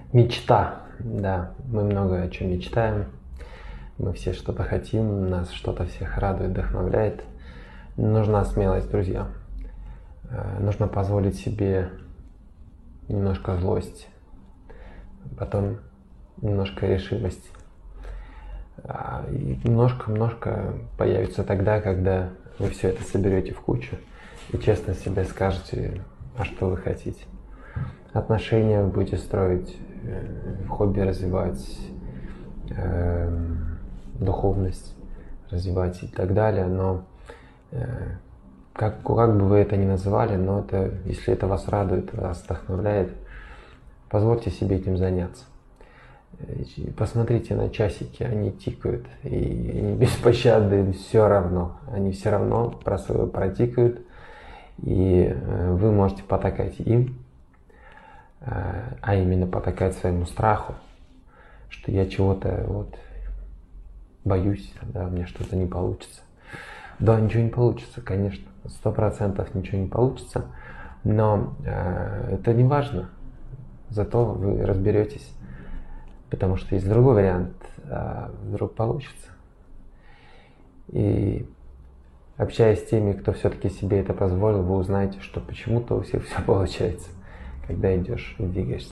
Мечта, да, мы много о чем мечтаем, мы все что-то хотим, нас что-то всех радует, вдохновляет. Нужна смелость, друзья. Нужно позволить себе немножко злости, потом немножко решимости. И немножко появится тогда, когда вы все это соберете в кучу и честно себе скажете, а что вы хотите. Отношения вы будете строить, хобби развивать, духовность развивать и так далее, но как бы вы это ни называли, но это, если это вас радует, вас вдохновляет, позвольте себе этим заняться. Посмотрите на часики, они тикают, и они беспощадны, все равно, они все равно протикают, и вы можете потакать им, а именно потакать своему страху, что я чего-то вот боюсь, да, у меня что-то не получится. Да, ничего не получится, конечно, 100% ничего не получится, но это не важно, зато вы разберетесь, потому что есть другой вариант, вдруг получится. И общаясь с теми, кто все-таки себе это позволил, вы узнаете, что почему-то у всех все получается, когда идешь, двигаешься.